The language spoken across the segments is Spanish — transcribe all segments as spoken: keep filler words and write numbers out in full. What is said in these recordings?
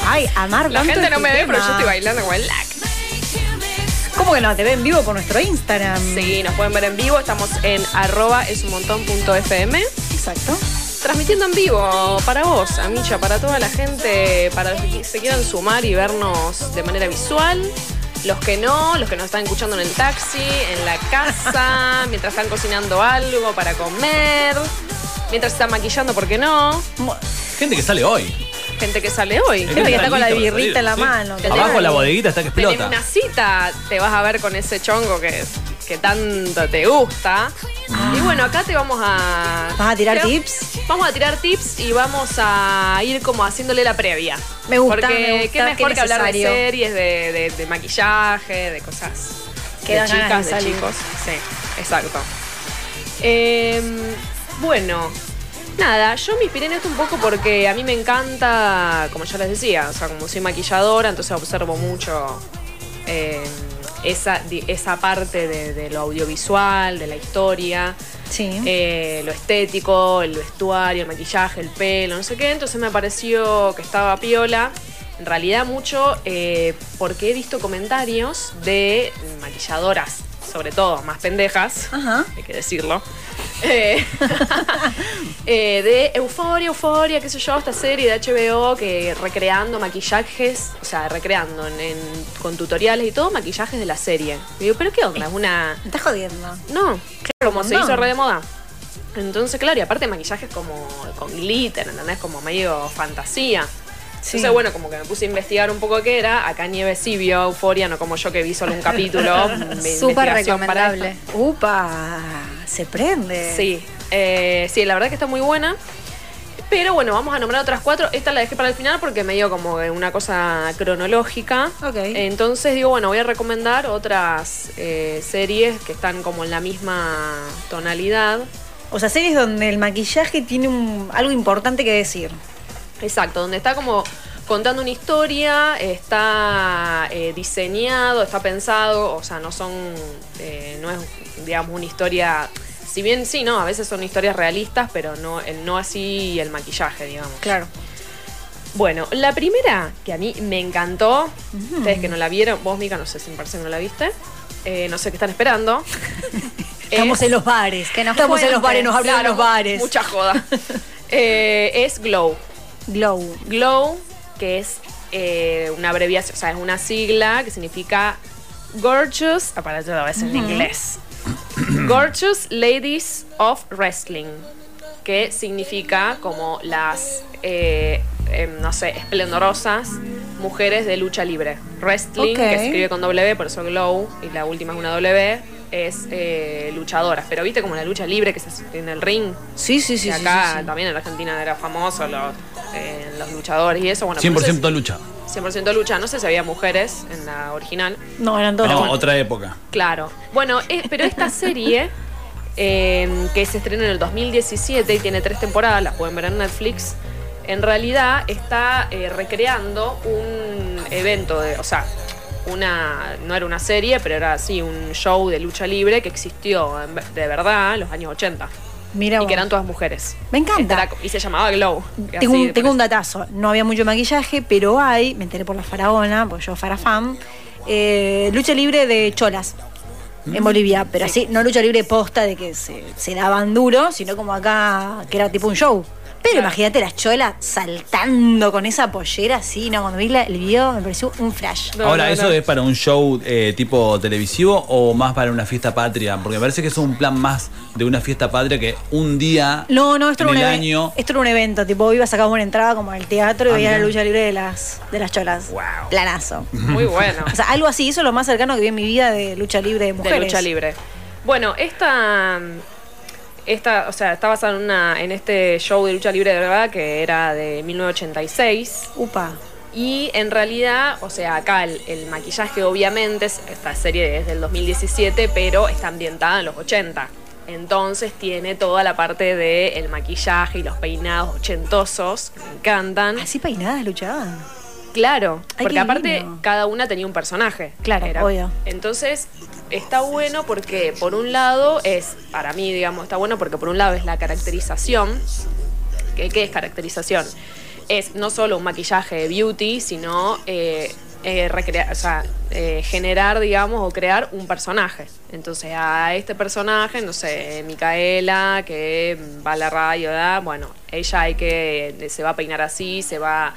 Ay, amar La tanto gente no este me ve, tema. pero yo estoy bailando con el lac. ¿Cómo que no? Te ve en vivo por nuestro Instagram. Sí, nos pueden ver en vivo. Estamos en arroba es un montón punto fm. Exacto. Transmitiendo en vivo para vos, Amicha, para toda la gente, para los que se quieran sumar y vernos de manera visual. Los que no, los que nos están escuchando en el taxi, en la casa, mientras están cocinando algo para comer, mientras están maquillando, ¿por qué no? Gente que sale hoy. Gente que sale hoy. Gente que está con la listo para birrita en la salir, sí. mano. que Abajo te- la bodeguita está que Tenés explota. una cita, te vas a ver con ese chongo que, que tanto te gusta. Y bueno, acá te vamos a... ¿Vas a tirar te- tips? Vamos a tirar tips y vamos a ir como haciéndole la previa. Me gusta, Porque me gusta, qué mejor qué que hablar de necesario. series, de, de- de maquillaje, de cosas Que de dan ganas chicas, de de, salir. chicos. Sí, exacto. Eh, bueno, nada, yo me inspiré en esto un poco porque a mí me encanta, como ya les decía, o sea, como soy maquilladora, entonces observo mucho eh, esa, di- esa parte de, de lo audiovisual, de la historia. Sí. Eh, lo estético, el vestuario, el maquillaje, el pelo, no sé qué. Entonces me pareció que estaba piola. En realidad mucho eh, porque he visto comentarios de maquilladoras, sobre todo, más pendejas, Ajá. hay que decirlo. Eh, eh, de Euforia, Euforia, qué sé yo, esta serie de H B O que recreando maquillajes, o sea, recreando en, en- con tutoriales y todo, maquillajes de la serie. Y digo, ¿pero qué onda? Es una... Me estás jodiendo. No, como un se montón. hizo re de moda. Entonces, claro, y aparte maquillajes como con glitter, ¿entendés? Como medio fantasía. Sí. Entonces, bueno, como que me puse a investigar un poco qué era. Acá Nieves sí vio Euforia, no como yo que vi solo un capítulo. Mi Súper investigación para recomendable. esto. Upa, se prende. Sí, eh, sí, la verdad que está muy buena. Pero bueno, vamos a nombrar otras cuatro. Esta la dejé para el final porque me dio como una cosa cronológica. Ok. Entonces digo, bueno, voy a recomendar otras eh, series que están como en la misma tonalidad. O sea, series donde el maquillaje tiene un, algo importante que decir. Exacto, donde está como contando una historia, está eh, diseñado, está pensado, o sea, no son, eh, no es, digamos, una historia, si bien sí, no, a veces son historias realistas, pero no, el, no así el maquillaje, digamos. Claro. Bueno, la primera que a mí me encantó, ustedes que no la vieron, vos, Mica, no sé si me parece que no la viste, eh, no sé qué están esperando. Estamos Es- en los bares. Que nos Estamos en los cuente. bares, nos hablan en Claro, los bares. Mucha joda. Eh, es Glow. Glow. Glow, que es eh, una abreviación, o sea, es una sigla que significa Gorgeous, ah, para yo lo ves en inglés. Gorgeous Ladies of Wrestling, que significa como las, eh, eh, no sé, esplendorosas mujeres de lucha libre. Wrestling, Ok. que se escribe con W, por eso Glow, y la última es una W, es eh, luchadoras. Pero viste como la lucha libre que se hace en el ring. Sí, sí, sí. Que sí, acá sí, sí. también en Argentina era famoso los, eh, los luchadores y eso. Bueno, cien por pues, ciento lucha. cien por ciento lucha. No sé si había mujeres en la original. No, eran todos. No, otra época. Claro. Bueno, eh, pero esta serie, eh, que se estrenó en el dos mil diecisiete y tiene tres temporadas, la pueden ver en Netflix, en realidad está eh, recreando un evento de, o sea, una, no era una serie, pero era así un show de lucha libre que existió en ve- de verdad en los años ochenta. Mira Y vos. que eran todas mujeres. Me encanta. Esta era- y se llamaba Glow. Tengo, Así, un, por tengo un eso. datazo. No había mucho maquillaje, pero hay, me enteré por la faraona, porque yo Fara fan, eh, lucha libre de cholas en Bolivia. Pero así, no lucha libre posta de que se, se daban duro, sino como acá, que era tipo un show. Pero Claro. imagínate las cholas saltando con esa pollera así, ¿no? Cuando vi la- el video me pareció un flash. No, Ahora, no, ¿eso no. es para un show eh, tipo televisivo o más para una fiesta patria? Porque me parece que es un plan más de una fiesta patria que un día No, no, esto en era, un el eve- año. esto era un evento, tipo ibas a sacar una entrada como al teatro y Ah, veías la mirá. lucha libre de las, de las cholas. Wow. Planazo. Muy bueno. O sea, algo así, eso es lo más cercano que vi en mi vida de lucha libre de mujeres. De lucha libre. Bueno, esta, esta, o sea, está basada en, una, en este show de lucha libre de verdad que era de mil novecientos ochenta y seis. Upa. Y en realidad, o sea, acá el, el maquillaje obviamente, es- esta serie es del dos mil diecisiete, pero está ambientada en los ochenta. Entonces tiene toda la parte del maquillaje y los peinados ochentosos, que me encantan. Así peinadas luchaban. Claro, Ay, porque qué aparte lindo. cada una tenía un personaje. Claro, obvio. Entonces está bueno porque por un lado es, para mí digamos, está bueno porque por un lado es la caracterización. ¿Qué, qué es caracterización? es no solo un maquillaje de beauty, sino eh, eh, recrear, o sea, eh, generar, digamos, o crear un personaje. Entonces a este personaje, no sé, Micaela, que va a la radio, ¿verdad? Bueno, ella hay que, se va a peinar así, se va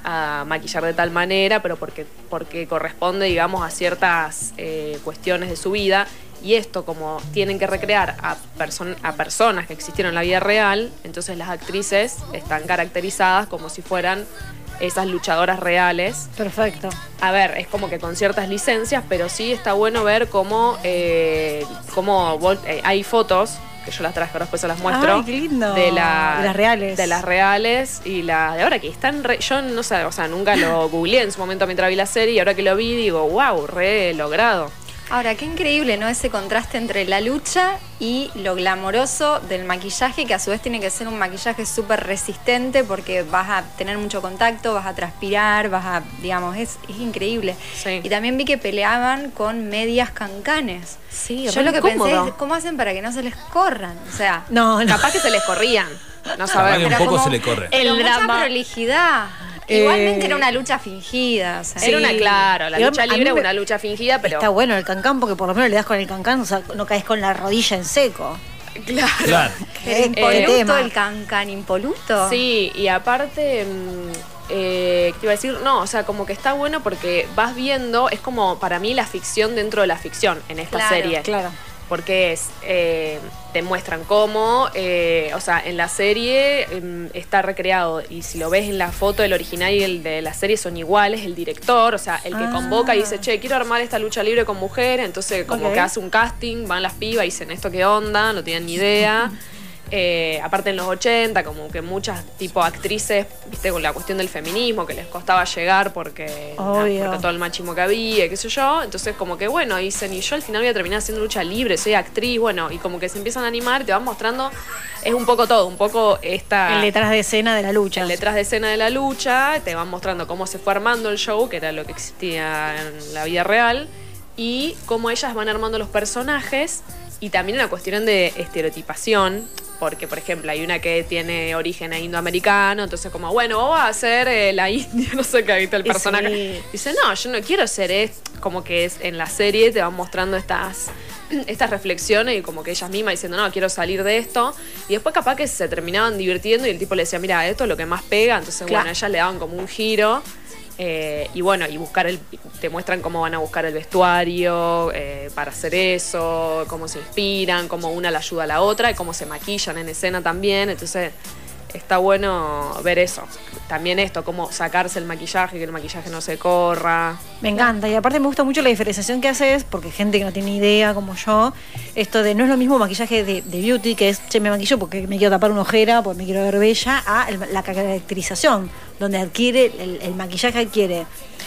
a maquillar de tal manera, pero porque, porque corresponde, digamos, a ciertas eh, cuestiones de su vida. Y esto, como tienen que recrear a, person a personas que existieron en la vida real, entonces las actrices están caracterizadas como si fueran esas luchadoras reales. Perfecto. A ver, es como que con ciertas licencias, pero sí está bueno ver cómo, eh, cómo eh, hay fotos, que yo las traje, ahora después se las muestro. Ay, qué lindo. De, la, de las reales. De las reales y la de ahora, que están re, yo no sé, o sea, nunca lo googleé en su momento mientras vi la serie, y ahora que lo vi digo, wow, re logrado. Ahora, qué increíble, ¿no? Ese contraste entre la lucha y lo glamoroso del maquillaje, que a su vez tiene que ser un maquillaje súper resistente porque vas a tener mucho contacto, vas a transpirar, vas a, digamos, es, es increíble. Sí. Y también vi que peleaban con medias cancanes. Sí, yo lo que incómodo. pensé es, ¿cómo hacen para que no se les corran? O sea, No, no. Capaz que se les corrían, no sabemos. que un era poco como se le corre. el El mucha drama. prolijidad. Eh, Igualmente era una lucha fingida. O sea, Era una, claro, la Igual, lucha a mí libre es me- una lucha fingida, pero Está bueno el cancán porque por lo menos le das con el cancán, o sea, no caes con la rodilla en seco. claro. Claro. el Eh, impoluto, tema. el cancan impoluto. Sí, y aparte, mm, eh, te iba a decir, no, o sea, como que está bueno porque vas viendo, es como para mí la ficción dentro de la ficción en esta Claro, serie. Claro. Porque es, eh, te muestran cómo, eh, o sea, en la serie eh, está recreado, y si lo ves en la foto, el original y el de la serie son iguales, el director, o sea, el que Ah. convoca y dice, che, quiero armar esta lucha libre con mujeres, entonces como Ok. que hace un casting, van las pibas y dicen, ¿esto qué onda? No tienen ni idea. Eh, aparte en los ochenta, como que muchas tipo actrices, viste, con la cuestión del feminismo, que les costaba llegar porque, Obvio. nada, porque todo el machismo que había, qué sé yo. Entonces como que bueno, dicen, y yo al final voy a terminar haciendo lucha libre, soy actriz, bueno, y como que se empiezan a animar, te van mostrando, es un poco todo, un poco esta... El detrás de escena de la lucha. el detrás de escena de la lucha, te van mostrando cómo se fue armando el show, que era lo que existía en la vida real, y cómo ellas van armando los personajes, y también una cuestión de estereotipación, porque, por ejemplo, hay una que tiene origen indoamericano, entonces como, bueno, vos vas a ser eh, la india, no sé qué, viste el Y personaje. sí. Dice, no, yo no quiero ser esto. Como que es, en la serie te van mostrando estas, estas reflexiones y como que ellas mismas diciendo, no, quiero salir de esto. Y después capaz que se terminaban divirtiendo y el tipo le decía, mira, esto es lo que más pega. Entonces, Claro. bueno, ellas le daban como un giro. Eh, y bueno, y buscar el, te muestran cómo van a buscar el vestuario eh, para hacer eso, cómo se inspiran, cómo una la ayuda a la otra y cómo se maquillan en escena también. Entonces está bueno ver eso. También esto, cómo sacarse el maquillaje, que el maquillaje no se corra. Me encanta, y aparte me gusta mucho la diferenciación que haces, porque gente que no tiene idea como yo, esto de no es lo mismo maquillaje de, de beauty, que es, che, me maquillo porque me quiero tapar una ojera, porque me quiero ver bella, a el- la caracterización, donde adquiere, el, el maquillaje adquiere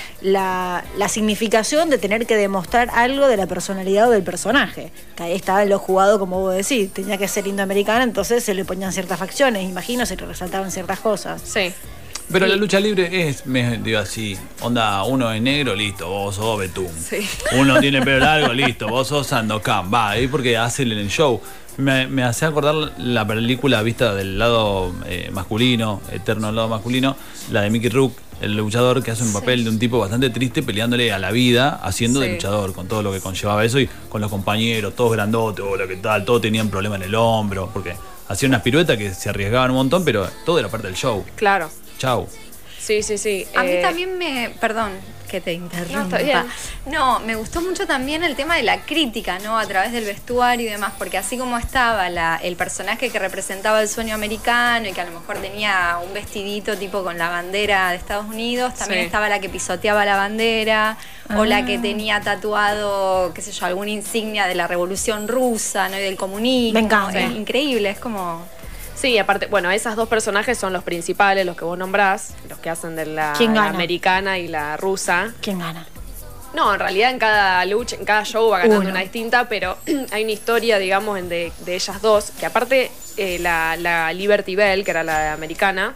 la, la significación de tener que demostrar algo de la personalidad o del personaje. Que ahí estaba lo jugado, como vos decís, tenía que ser indoamericana, entonces se le ponían ciertas facciones, imagino, se le resaltaban ciertas cosas. Sí. Pero Sí. la lucha libre es, me digo así, onda, uno es negro, listo, vos sos Betún. Sí. Uno tiene pelo largo, listo, vos sos Sandokan. Va, ahí porque hacen el show. Me, me hace acordar la película vista del lado eh, masculino, eterno lado masculino, la de Mickey Rourke, el luchador que hace un papel de un tipo bastante triste peleándole a la vida, haciendo de Sí. luchador, con todo lo que conllevaba eso y con los compañeros, todos grandotes, hola, ¿qué tal? Todos tenían problemas en el hombro, porque hacían unas piruetas que se arriesgaban un montón, pero todo era parte del show. Claro. Chau. Sí, sí, sí. A mí Eh, también me... Perdón que te interrumpa. No, está bien. No, me gustó mucho también el tema de la crítica, ¿no? A través del vestuario y demás, porque así como estaba la, el personaje que representaba el sueño americano y que a lo mejor tenía un vestidito tipo con la bandera de Estados Unidos, también Sí. estaba la que pisoteaba la bandera o Ah. la que tenía tatuado, qué sé yo, alguna insignia de la Revolución Rusa, ¿no? Y del comunismo. Me encanta. Es increíble, es como... Sí, aparte, bueno, esas dos personajes son los principales, los que vos nombrás, los que hacen de la, ¿Quién la gana? americana y la rusa. ¿Quién gana? No, en realidad en cada lucha, en cada show va ganando Uno. una distinta, pero hay una historia, digamos, en de, de ellas dos, que aparte eh, la, la Liberty Bell, que era la americana,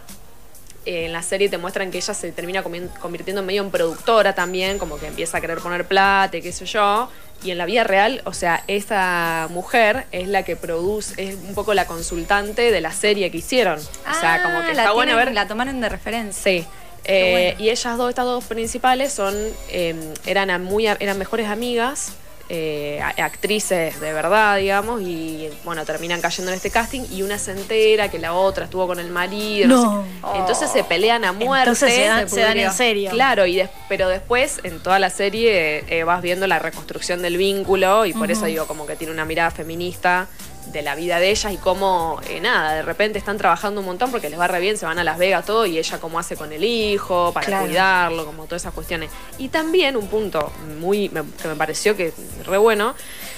eh, en la serie te muestran que ella se termina comi- convirtiendo medio en productora también, como que empieza a querer poner plata y qué sé yo, Y en la vida real, o sea, esa mujer es la que produce, es un poco la consultante de la serie que hicieron. Ah, o sea, como que la está bueno tienen- ver. La tomaron de referencia. Sí. Eh, bueno. Y ellas dos, estas dos principales, son eh, eran, a- muy, a- eran mejores amigas, eh, a- actrices de verdad, digamos, y bueno, terminan cayendo en este casting y una se entera que la otra estuvo con el marido. No. sé qué. Entonces se pelean a muerte. Entonces se dan, se se dan pudrió. en serio. Claro, y des- pero después en toda la serie eh, vas viendo la reconstrucción del vínculo y por eso digo como que tiene una mirada feminista de la vida de ellas y cómo, eh, nada, de repente están trabajando un montón porque les va re bien, se van a Las Vegas todo y ella cómo hace con el hijo para Claro. cuidarlo, como todas esas cuestiones. Y también un punto muy me- que me pareció que re bueno,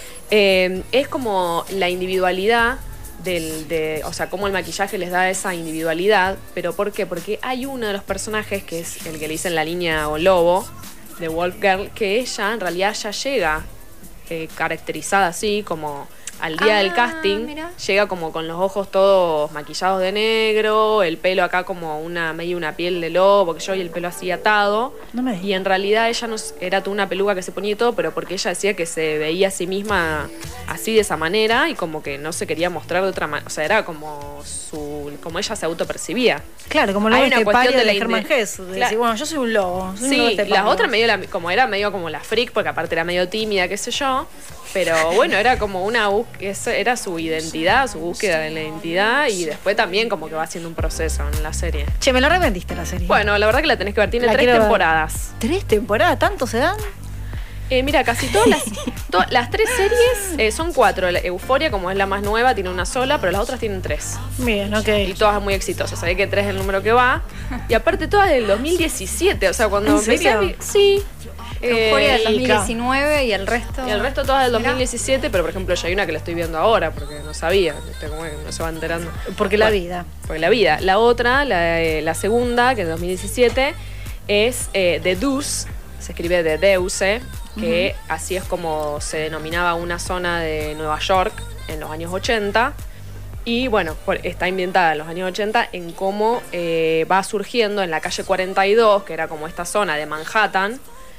eh, es como la individualidad del, de, o sea, cómo el maquillaje les da esa individualidad, pero ¿por qué? Porque hay uno de los personajes, que es el que le dicen la línea o lobo, de Wolf Girl, que ella en realidad ya llega eh, caracterizada así, como al día Ah, del casting, mira. llega como con los ojos todos maquillados de negro, el pelo acá como una medio una piel de lobo, que yo, y el pelo así atado. No me digas. Y en realidad ella no s- era toda una peluca que se ponía y todo, pero porque ella decía que se veía a sí misma así de esa manera y como que no se quería mostrar de otra manera. O sea, era como su como ella se autopercibía. Claro, como lo Hay de una este cuestión pario de de la Germán inde- Hesse. De Claro. decir, bueno, yo soy un lobo. soy un lobo Sí, estepario. las otras medio la- como era medio como la freak, porque aparte era medio tímida, qué sé yo. Pero bueno, era como una búsqueda, era su identidad, su búsqueda de la identidad, y después también como que va haciendo un proceso en la serie. Che, me lo arrepentiste la serie. Bueno, la verdad que la tenés que ver, tiene La tres quiero ver. temporadas. ¿Tres temporadas? ¿Tanto se dan? Eh, mira, casi todas las, to- las tres series eh, son cuatro. La Euforia, como es la más nueva, tiene una sola, pero las otras tienen tres. Bien, ok. Y todas muy exitosas. Sabés que tres es el número que va. Y aparte todas del dos mil diecisiete. O sea, cuando ¿En empecé a serio? vi- Sí. Euforia del Eh, dos mil diecinueve y el resto. y el resto todas del Mirá. dos mil diecisiete, pero por ejemplo ya hay una que la estoy viendo ahora porque no sabía, ¿viste? Como que no se va enterando. Porque la Bueno, vida. Porque la vida. La otra, la, eh, la segunda, que es de dos mil diecisiete, es eh, The Deuce, se escribe de Deuse, que así es como se denominaba una zona de Nueva York en los años ochenta. Y bueno, por- está ambientada en los años ochenta en cómo eh, va surgiendo en la calle cuarenta y dos, que era como esta zona de Manhattan,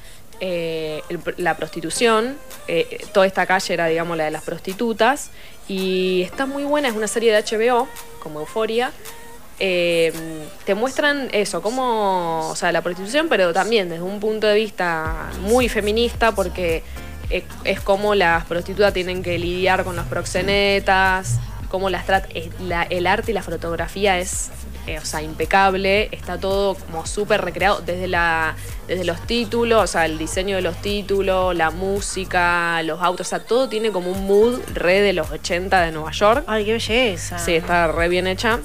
eh, el- la prostitución. Eh, toda esta calle era, digamos, la de las prostitutas. Y está muy buena, es una serie de H B O, como Euforia. Eh, te muestran eso, como, o sea, la prostitución, pero también desde un punto de vista muy feminista, porque es, es como las prostitutas tienen que lidiar con los proxenetas, cómo las trata, es la- el arte y la fotografía es, eh, o sea, impecable, está todo como súper recreado, desde, la, desde los títulos, o sea, el diseño de los títulos, la música, los autos, o sea, todo tiene como un mood re de los ochenta de Nueva York. Ay, qué belleza. Sí, está re bien hecha.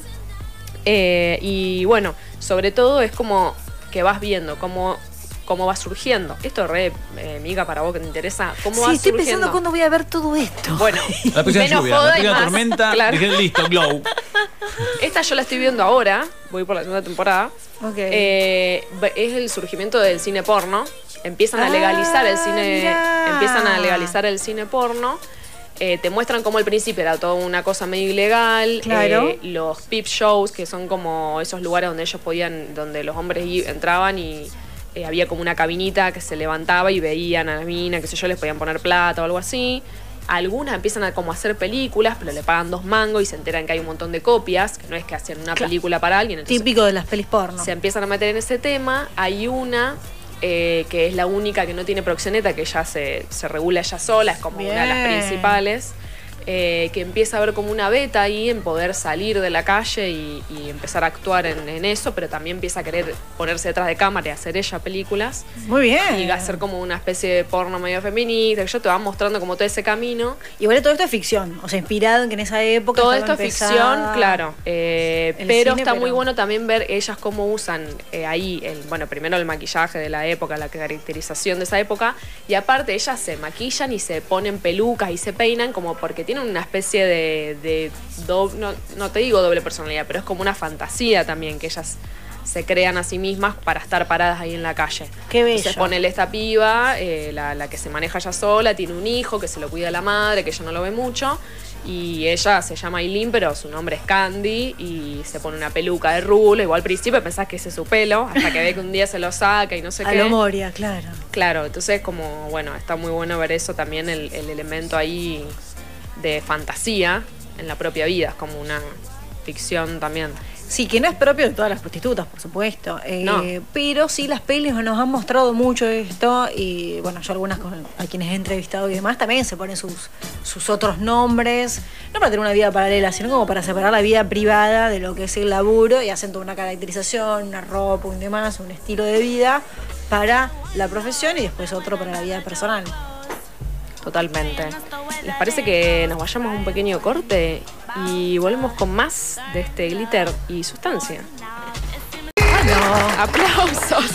Eh, y bueno, sobre todo es como que vas viendo cómo, cómo va surgiendo. Esto es re, eh, Mica, para vos que te interesa, cómo Sí, va estoy surgiendo. pensando cuándo voy a ver todo esto. Bueno, La próxima menos lluvia, joda la y próxima más. tormenta, Claro. dije, listo, glow. Esta yo la estoy viendo ahora, voy por la segunda temporada. Ok. Eh, es el surgimiento del cine porno. Empiezan a Ah, legalizar el cine. mirá. Empiezan a legalizar el cine porno. Eh, te muestran cómo al principio era toda una cosa medio ilegal. Claro. Eh, los peep shows, que son como esos lugares donde ellos podían, donde los hombres i- entraban y eh, había como una cabinita que se levantaba y veían a la mina, qué sé yo, les podían poner plata o algo así. Algunas empiezan a como hacer películas, pero le pagan dos mangos y se enteran que hay un montón de copias, que no es que hacen una Claro. película para alguien. Entonces Típico de las pelis porno. se empiezan a meter en ese tema. Hay una eh, que es la única que no tiene proxeneta, que ella se, se regula ella sola, es como una de las Bien. principales, eh, que empieza a ver como una beta ahí en poder salir de la calle y, y empezar a actuar en, en eso, pero también empieza a querer ponerse detrás de cámara y hacer ella películas Muy bien. y hacer como una especie de porno medio feminista, que yo te va mostrando como todo ese camino. Igual todo esto es ficción. O sea, inspirado en que en esa época. Todo estaba esto es empezada- ficción, claro. eh, el pero cine, está pero- muy bueno también ver ellas cómo usan eh, ahí, el, bueno, primero el maquillaje de la época, la caracterización de esa época, y aparte ellas se maquillan y se ponen pelucas y se peinan como porque tienen una especie de, de do- no, no te digo doble personalidad, pero es como una fantasía también que ellas se crean a sí mismas para estar paradas ahí en la calle. Qué bello. Entonces ponele esta piba, eh, la, la que se maneja ella sola, tiene un hijo que se lo cuida la madre, que ella no lo ve mucho, Y ella se llama Eileen, pero su nombre es Candy y se pone una peluca de rulo. Igual al principio pensás que ese es su pelo, hasta que ve que un día se lo saca y no sé A qué. lo Moria, claro. Claro, entonces como, bueno, está muy bueno ver eso también, el, el elemento ahí de fantasía en la propia vida, es como una ficción también. Sí, que no es propio de todas las prostitutas, por supuesto. Eh, No. Pero sí, las pelis nos han mostrado mucho esto. Y bueno, yo algunas con, a quienes he entrevistado y demás también se ponen sus, sus otros nombres. No para tener una vida paralela, sino como para separar la vida privada de lo que es el laburo y hacen toda una caracterización, una ropa, un demás, un estilo de vida para la profesión y después otro para la vida personal. Totalmente. ¿Les parece que nos vayamos a un pequeño corte y volvemos con más de este glitter y sustancia? Bueno, ¡Aplausos!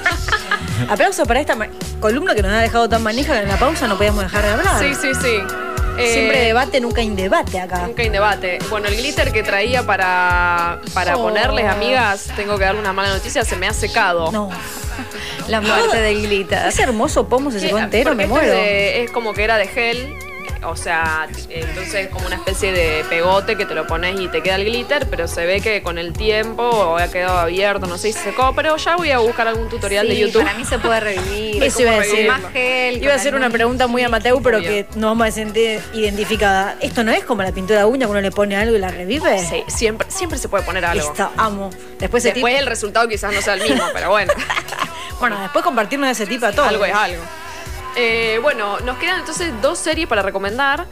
aplauso para esta ma- columna que nos ha dejado tan manija que en la pausa no podíamos dejar de hablar. Sí, sí, sí. Eh, Siempre debate, nunca hay debate acá. Nunca hay debate. Bueno, el glitter que traía para, para Oh. ponerles, amigas, tengo que darle una mala noticia, se me ha secado. No. La muerte del glitter. Ese hermoso pomo se secó Sí, entero, porque me este muero. Es, de- es como que era de gel, o sea, entonces es como una especie de pegote que te lo pones y te queda el glitter, pero se ve que con el tiempo ha quedado abierto, no sé si se secó, pero ya voy a buscar algún tutorial de Sí, YouTube. para mí se puede revivir. Eso iba a Con decir. más gel. Iba a con hacer una algún- pregunta muy amateur, pero obvio. que no vamos a sentir identificada. ¿Esto no es como la pintura de uña que uno le pone algo y la revive? Sí, siempre, siempre se puede poner algo. Esto, amo. Después, ese Después tip- el resultado quizás no sea el mismo, pero bueno, Bueno, después compartirnos de ese tipo a todos. algo es algo. Eh, bueno, nos quedan entonces dos series para recomendar.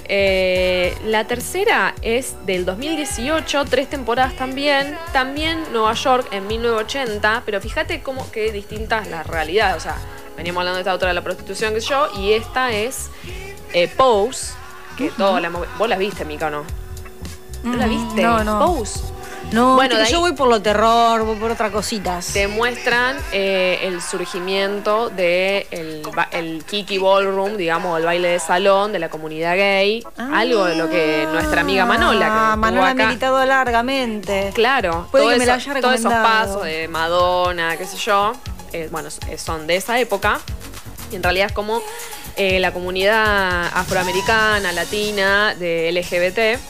Eh, la tercera es del dos mil dieciocho, tres temporadas también, también Nueva York en mil novecientos ochenta, pero fíjate cómo que distintas las realidades, o sea, veníamos hablando de esta otra de la prostitución que yo, y esta es eh, Pose, que todo la hemos- vos la viste, Mica, ¿o no? ¿No la Mm, viste? no, no. Pose. No, Bueno, viste de que yo ahí- voy por lo terror, voy por otras cositas. Te muestran eh, el surgimiento de el, ba- el Kiki Ballroom, digamos, el baile de salón de la comunidad gay. Ah, algo de lo que nuestra amiga Manola, que estuvo Manola ha acá. militado largamente. Claro, Puede todo que me la eso- haya todos esos recomendado. pasos de Madonna, qué sé yo, eh, bueno, s- son de esa época. Y en realidad es como eh, la comunidad afroamericana, latina, de L G B T,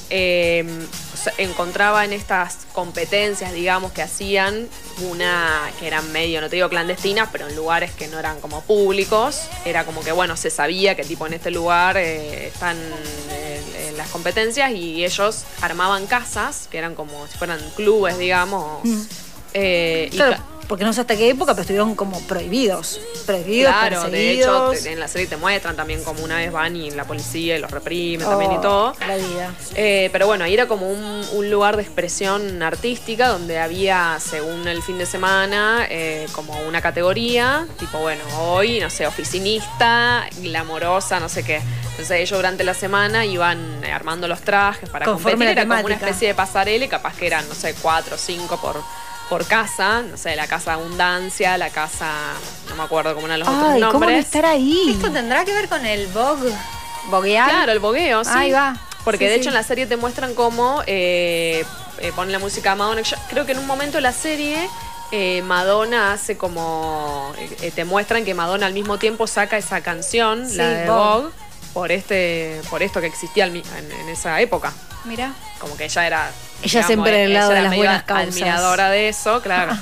eh, se encontraba en estas competencias, digamos, que hacían una, que eran medio, no te digo clandestinas, pero en lugares que no eran como públicos. Era como que, bueno, se sabía que tipo en este lugar eh, están eh, en las competencias y ellos armaban casas, que eran como si fueran clubes, digamos. Mm. eh, y Claro, ca- porque no sé hasta qué época, pero estuvieron como prohibidos. Prohibidos, Claro, de hecho, perseguidos. te- en la serie te muestran también como una vez van y la policía y los reprime también y Oh, todo. La vida. Eh, pero bueno, ahí era como un, un lugar de expresión artística donde había, según el fin de semana, eh, como una categoría, tipo, bueno, hoy, no sé, oficinista, glamorosa, no sé qué. Entonces ellos durante la semana iban eh, armando los trajes para Conforme competir. la Era como una temática. especie de pasarela y capaz que eran, no sé, cuatro o cinco por, por casa. No sé, la casa Abundancia, la casa, no me acuerdo cómo eran los otros Ay, nombres. ¿cómo no estar ahí? ¿Esto tendrá que ver con el Vogue? ¿Boguear? Claro, el bogueo, sí. Ahí va. Porque Sí, de sí. hecho en la serie te muestran cómo eh, eh, ponen la música de Madonna. Yo creo que en un momento de la serie eh, Madonna hace como... eh, te muestran que Madonna al mismo tiempo saca esa canción, Sí, la de Vogue. Vogue, por, este, por esto que existía al mi- en, en esa época. Mira. Como que ella era... Ella siempre del ella lado de era las medio buenas causas. admiradora de eso, claro.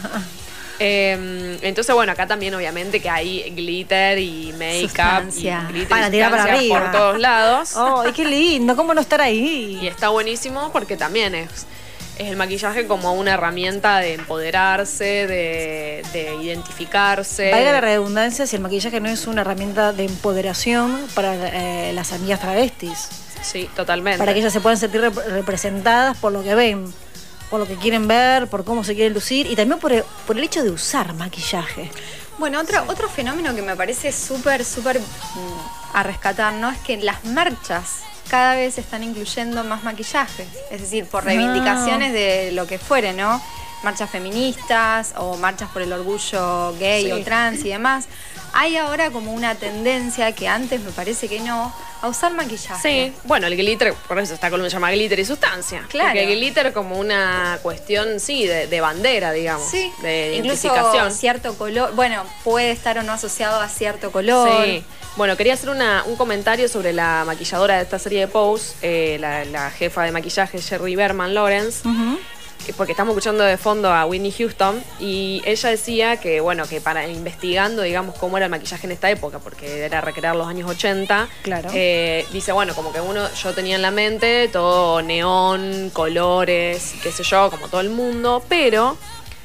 Eh, entonces, bueno, acá también obviamente que hay glitter y make-up y Sustancia. glitter Para y tirar para sustancias arriba. por todos lados. Ay, qué lindo, ¿cómo no estar Y ahí? está buenísimo porque también es, es el maquillaje como una herramienta de empoderarse, de, de identificarse. Valga la redundancia, si el maquillaje no es una herramienta de empoderación para eh, las amigas travestis, Sí, totalmente. para que ellas se puedan sentir rep- representadas por lo que ven, por lo que quieren ver, por cómo se quieren lucir y también por el, por el hecho de usar maquillaje. Bueno, otro, otro fenómeno que me parece súper, súper mm, a rescatar, ¿no? Es que las marchas cada vez están incluyendo más maquillaje. Es decir, por reivindicaciones de lo que fuere, ¿no? Marchas feministas o marchas por el orgullo gay Sí. o trans y demás. hay ahora como una tendencia que antes me parece que no, a usar maquillaje. Sí, bueno, el glitter, por eso esta columna se llama glitter y sustancia. Claro. Porque el glitter como una cuestión, sí, de, de bandera, digamos. Sí, de incluso identificación. cierto color, bueno, puede estar o no asociado a cierto color. Sí. Bueno, quería hacer una, un comentario sobre la maquilladora de esta serie de Pose, eh, la, la jefa de maquillaje Sherry Berman Lawrence. Ujú. Porque estamos escuchando de fondo a Whitney Houston y ella decía que, bueno, que para investigando, digamos, cómo era el maquillaje en esta época, porque era recrear los años ochenta, Claro. eh, dice, bueno, como que uno, yo tenía en la mente todo neón, colores, qué sé yo, como todo el mundo, pero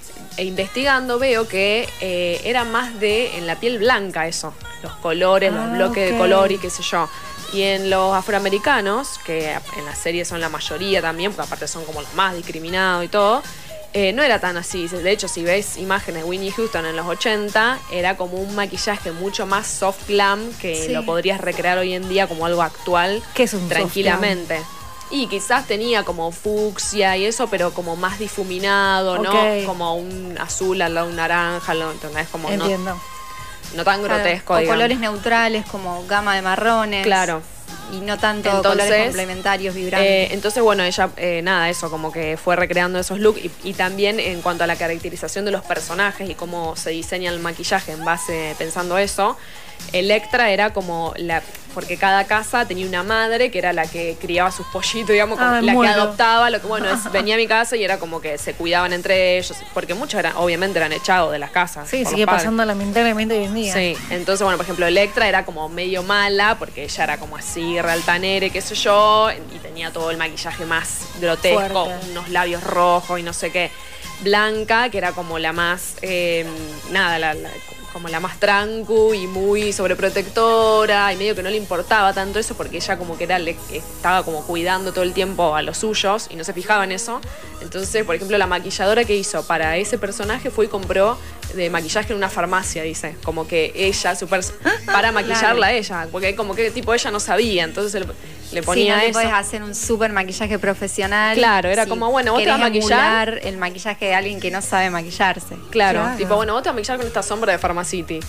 e investigando veo que eh, era más de en la piel blanca eso, los colores, Ah, los bloques ok. de color y qué sé yo. Y en los afroamericanos, que en la serie son la mayoría también, porque aparte son como los más discriminados y todo, eh, no era tan así. De hecho, si ves imágenes de Whitney Houston en los ochenta, era como un maquillaje mucho más soft glam, que Sí. lo podrías recrear hoy en día como algo actual ¿Qué es un soft tranquilamente. Y quizás tenía como fucsia y eso, pero como más difuminado, Ok. ¿no? Como un azul al lado de un naranja, ¿no? ¿Entendés? Como no, Entiendo. no tan Claro, grotesco, o digamos. colores neutrales como gama de marrones. Claro. Y no tanto Entonces, colores complementarios, Eh, vibrantes. entonces, bueno, ella, eh, nada, eso, como que fue recreando esos looks y, y también en cuanto a la caracterización de los personajes y cómo se diseña el maquillaje en base, pensando eso, Electra era como la... Porque cada casa tenía una madre que era la que criaba sus pollitos, digamos, como Ay, la muero. que adoptaba, lo que bueno, es, venía a mi casa y era como que se cuidaban entre ellos, porque muchos eran, obviamente eran echados de las casas. Sí, por los sigue padres. pasando lamentablemente hoy en día. Sí, entonces, bueno, por ejemplo, Electra era como medio mala, porque ella era como así, realtanere, qué sé yo, y tenía todo el maquillaje más grotesco, Fuerte. unos labios rojos y no sé qué. Blanca, que era como la más, eh, nada, la, la- como la más trancu y muy sobreprotectora, y medio que no le importaba tanto eso, porque ella como que era, le, estaba como cuidando todo el tiempo a los suyos y no se fijaba en eso. Entonces, por ejemplo, la maquilladora que hizo para ese personaje fue y compró de maquillaje en una farmacia, dice, como que ella, su pers- para maquillarla a ella, porque como que tipo ella no sabía, entonces le, le Sí, ponía no te eso. puedes hacer un súper maquillaje profesional. Claro, era como, bueno, vos te vas a querés maquillar. emular el maquillaje de alguien que no sabe maquillarse. Claro, Claro. tipo, bueno, vos te vas a maquillar con esta sombra de Pharmacity.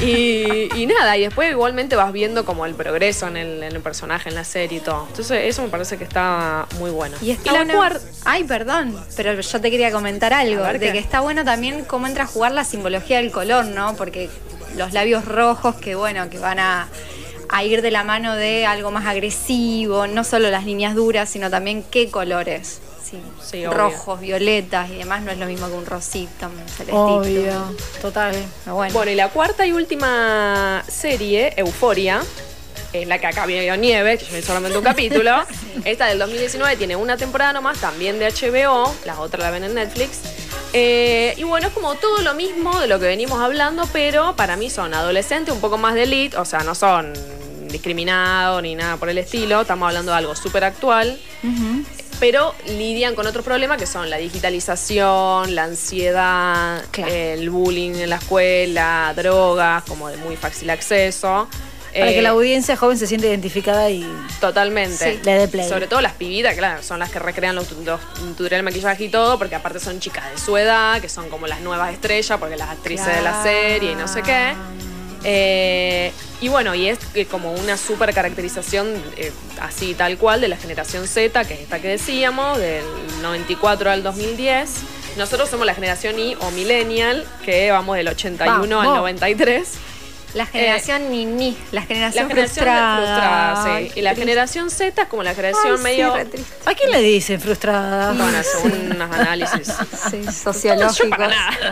Y, y nada, y después igualmente vas viendo como el progreso en el, en el personaje, en la serie y todo. Entonces eso me parece que está muy bueno. Y está la bueno. cuarta... Ay, perdón, pero yo te quería comentar algo. A ver, De ¿qué? que está bueno también cómo entra a jugar la simbología del color, ¿no? Porque los labios rojos, que bueno, que van a, a ir de la mano de algo más agresivo, no solo las líneas duras, sino también qué colores. Sí, Sí, obvio. rojos, violetas y demás no es lo mismo que un rosito, un celestito. Obvio, total. Pero bueno. Bueno, y la cuarta y última serie, Euforia, es la que acá vio Nieve, que yo vi solamente un capítulo. Esta del dos mil diecinueve tiene una temporada nomás, también de H B O, las otras la ven en Netflix. Eh, y bueno, es como todo lo mismo de lo que venimos hablando, pero para mí son adolescentes, un poco más de elite, o sea, no son discriminados ni nada por el estilo, estamos hablando de algo súper actual. Ujú. Pero lidian con otros problemas que son la digitalización, la ansiedad, Claro. el bullying en la escuela, drogas, como de muy fácil acceso. Para Eh, que la audiencia joven se sienta identificada y Totalmente. Sí, le dé play. Sobre todo las pibitas, claro, son las que recrean los, tu- los tutoriales de maquillaje y todo, porque aparte son chicas de su edad, que son como las nuevas estrellas, porque las actrices de la serie y no sé qué. Eh, y bueno, y es que como una súper caracterización eh, así tal cual de la generación Z, que es esta que decíamos, del noventa y cuatro al dos mil diez. Nosotros somos la generación Y o millennial, que vamos del ochenta y uno al Vamos. noventa y tres. La generación ni ni, la La generación, generación frustrada. frustrada, sí. Ay, Y la triste. generación Z es como la generación Ay, medio... sí, re triste. ¿A quién le dicen frustrada? Bueno, según unos análisis. Sí, Yo sociológicos. para nada.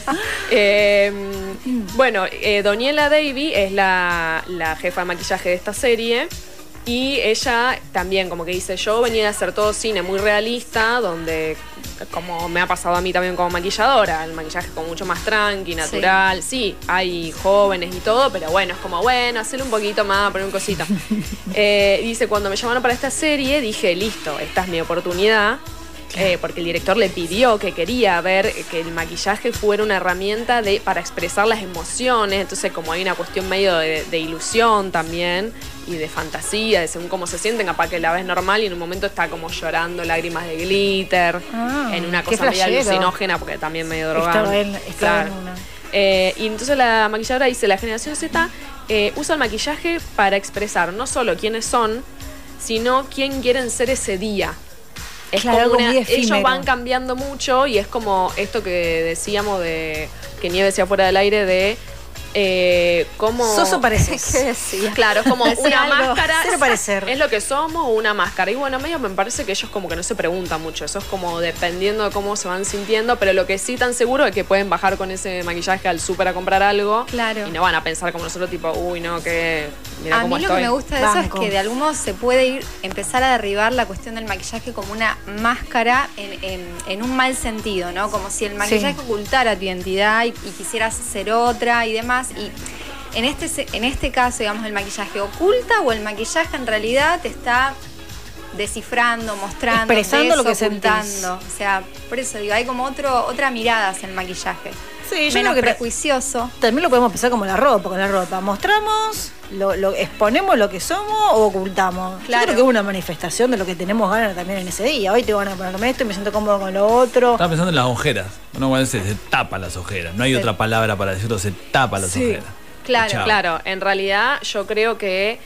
Eh, bueno, eh, Daniela Davy es la, la jefa de maquillaje de esta serie. Y ella también, como que dice, yo venía a hacer todo cine muy realista, donde, como me ha pasado a mí también como maquilladora, el maquillaje como mucho más tranqui, natural. Sí, hay jóvenes y todo, pero bueno, es como, bueno, hacerle un poquito más, poner un cosito. Eh, dice, cuando me llamaron para esta serie, dije, listo, esta es mi oportunidad. Eh, porque el director le pidió que quería ver que el maquillaje fuera una herramienta de, para expresar las emociones. Entonces, como hay una cuestión medio de, de ilusión también y de fantasía, de según cómo se sienten, capaz que la ves normal y en un momento está como llorando lágrimas de glitter, Ah, en una qué cosa medio flashero. alucinógena, porque también medio drogada. Estaba en, estaba en una. Eh, y entonces la maquilladora dice, la generación Z eh, usa el maquillaje para expresar no solo quiénes son, sino quién quieren ser ese día. Es Claro, como algo una, muy ellos efímero. van cambiando mucho y es como esto que decíamos de que Nieve decía fuera del aire de eh, cómo Soso pareces. ¿Qué decía? claro, es como Decía una algo. máscara. Cero parecer. Es lo que somos o una máscara. Y bueno, medio me parece que ellos como que no se preguntan mucho. Eso es como dependiendo de cómo se van sintiendo. Pero lo que sí tan seguro es que pueden bajar con ese maquillaje al súper a comprar algo. Claro. Y no van a pensar como nosotros, tipo, uy, no, que. Mira A cómo mí lo estoy. que me gusta de eso Banco. es que de algún modo se puede ir, empezar a derribar la cuestión del maquillaje como una máscara en, en- en un mal sentido, ¿no? Como si el maquillaje Sí. ocultara tu identidad y, y quisieras ser otra y demás. Y en este, se- en este caso, digamos, el maquillaje oculta o el maquillaje en realidad te está descifrando, mostrando, Expresando lo que sentís. ocultando. O sea, por eso digo, hay como otro, otra mirada hacia el maquillaje. Sí, yo Menos creo que ta- prejuicioso. también lo podemos pensar como la ropa, con la ropa. ¿Mostramos, lo, lo- exponemos lo que somos o ocultamos? Yo Claro. creo que es una manifestación de lo que tenemos ganas también en ese día. Hoy tengo ganas de ponerme esto y me siento cómodo con lo otro. Estaba pensando en las ojeras. Uno cuando se, se tapa las ojeras. No hay Sí. otra palabra para decirlo, se tapa las Sí. ojeras. Claro, Chao. Claro, en realidad yo creo que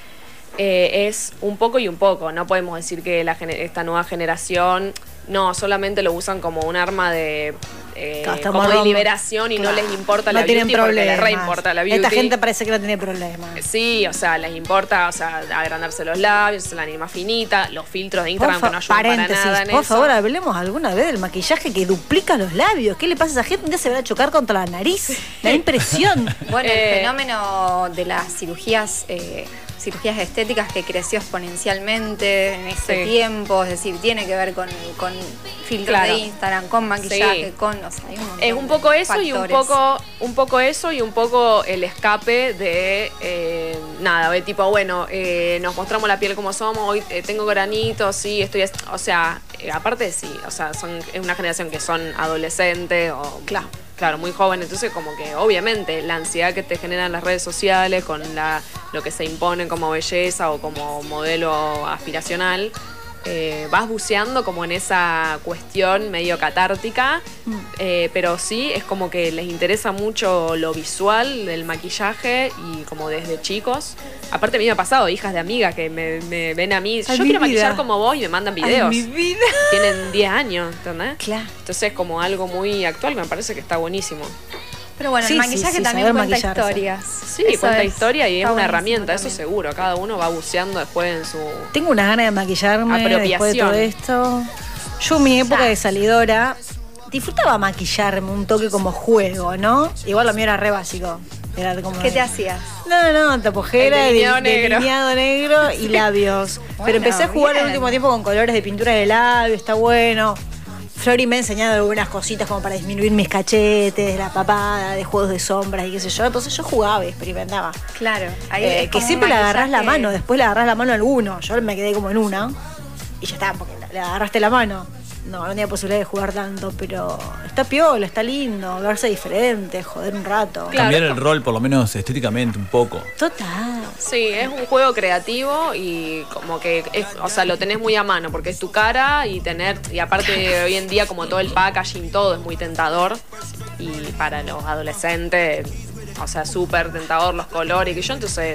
eh, es un poco y un poco. No podemos decir que la, gene- esta nueva generación no solamente lo usan como un arma de eh, Claro, estamos como de rombo- liberación y no Claro. les importa No la tienen beauty porque les problemas. re importa la beauty. Esta gente parece que no tiene problemas. Sí, o sea, les importa, o sea, agrandarse los labios, la anima finita, los filtros de Por Instagram fa- que no ayudan paréntesis, para nada en por eso. favor, hablemos alguna vez del maquillaje que duplica los labios. ¿Qué le pasa a esa gente? Un día se va a chocar contra la nariz. Me da impresión. Bueno, Eh, el fenómeno de las cirugías, eh, cirugías estéticas que creció exponencialmente en este Sí. tiempo, es decir, tiene que ver con, con filtros Claro. de Instagram, con maquillaje, Sí. con, o sea, hay un montón Es un poco de eso y un factores. poco, un poco eso y un poco el escape de eh, nada, de tipo, bueno, eh, nos mostramos la piel como somos, hoy eh, tengo granitos, sí, estoy, as- o sea, eh, aparte sí, o sea, son, es una generación que son adolescentes o Claro. claro, muy jóvenes, entonces como que obviamente la ansiedad que te generan las redes sociales con la, lo que se impone como belleza o como modelo aspiracional, eh, vas buceando como en esa cuestión medio catártica, eh, pero sí es como que les interesa mucho lo visual del maquillaje y como desde chicos. Aparte a mí me ha pasado, hijas de amigas que me, me ven a mí, Ay, yo mi quiero vida. maquillar como vos y me mandan Ay, videos. mi vida. Tienen diez años, ¿entendés? Claro. Entonces es como algo muy actual que me parece que está buenísimo. Pero bueno, Sí, el sí, maquillaje sí, también saber cuenta maquillarse. historias. Sí, Eso cuenta es- historia y es está una buenísimo herramienta, eso también. seguro. Cada uno va buceando después en su... Tengo unas ganas de maquillarme después de Apropiación. todo esto. Yo en mi época Ya. de salidora disfrutaba maquillarme un toque como juego, ¿no? Igual lo mío era re básico. Era como ¿Qué te hacías? No, no, tapujera, El delineado de- negro. delineado negro y labios. Bueno, Pero empecé a jugar bien. el último tiempo con colores de pintura de labio, está bueno. Flori me ha enseñado algunas cositas como para disminuir mis cachetes, la papada, de juegos de sombras y qué sé yo. Entonces yo jugaba y experimentaba. Claro. ahí Eh, es que como un siempre le agarrás la maquillaje- mano, después le agarrás la mano a alguno. Yo me quedé como en una y ya está, porque le agarraste la mano. No, no tenía posibilidad de jugar tanto, pero está piola, está lindo, verse diferente, joder un rato. Claro. Cambiar el rol, por lo menos estéticamente, un poco. Total. Sí, es un juego creativo y como que, es- o sea, lo tenés muy a mano porque es tu cara y tener, y aparte hoy en día como todo el packaging, todo es muy tentador y para los adolescentes, o sea, súper tentador los colores que yo, entonces,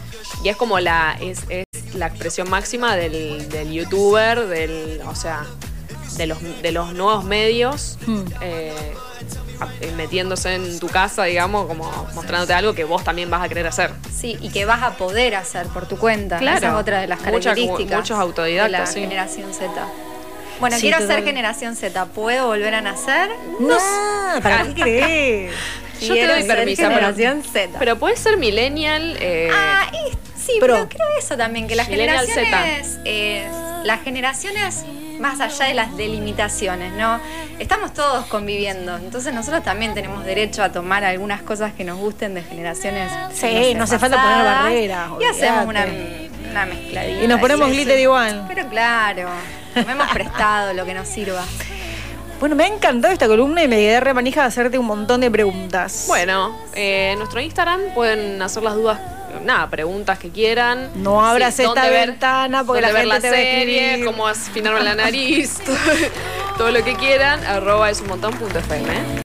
y es como la, es, es la expresión máxima del, del youtuber, del, o sea, de los, de los nuevos medios. Hmm. eh, a- metiéndose en tu casa, digamos, como mostrándote algo que vos también vas a querer hacer. Sí, y que vas a poder hacer por tu cuenta. Claro. Esa es otra de las Mucha- características muchos autodidactas, de la sí. generación Z. Bueno, Sí, quiero total. ser generación Z. ¿Puedo volver a nacer? No, ¿para qué crees? Yo te Quiero doy ser permiso, pero, generación Z. pero puedes ser millennial. eh, Ah, y- sí, Pro. pero creo eso también, que las Millennial generaciones, eh, las generaciones más allá de las delimitaciones, ¿no? Estamos todos conviviendo, entonces nosotros también tenemos derecho a tomar algunas cosas que nos gusten de generaciones. Sí, no hace falta poner pasadas, barreras, Y hacemos una, olvídate. una mezcladita. Y nos ponemos Sí, glitter sí. igual. Pero claro, hemos prestado lo que nos sirva. Bueno, me ha encantado esta columna y me quedé re manija de hacerte un montón de preguntas. Bueno, eh, en nuestro Instagram pueden hacer las dudas, nada, preguntas que quieran. No abras Sí, esta dónde ver- ventana porque dónde la ver gente la te va a serie, escribir. cómo afinarme la nariz, todo, todo lo que quieran, arroba es un montón punto fm.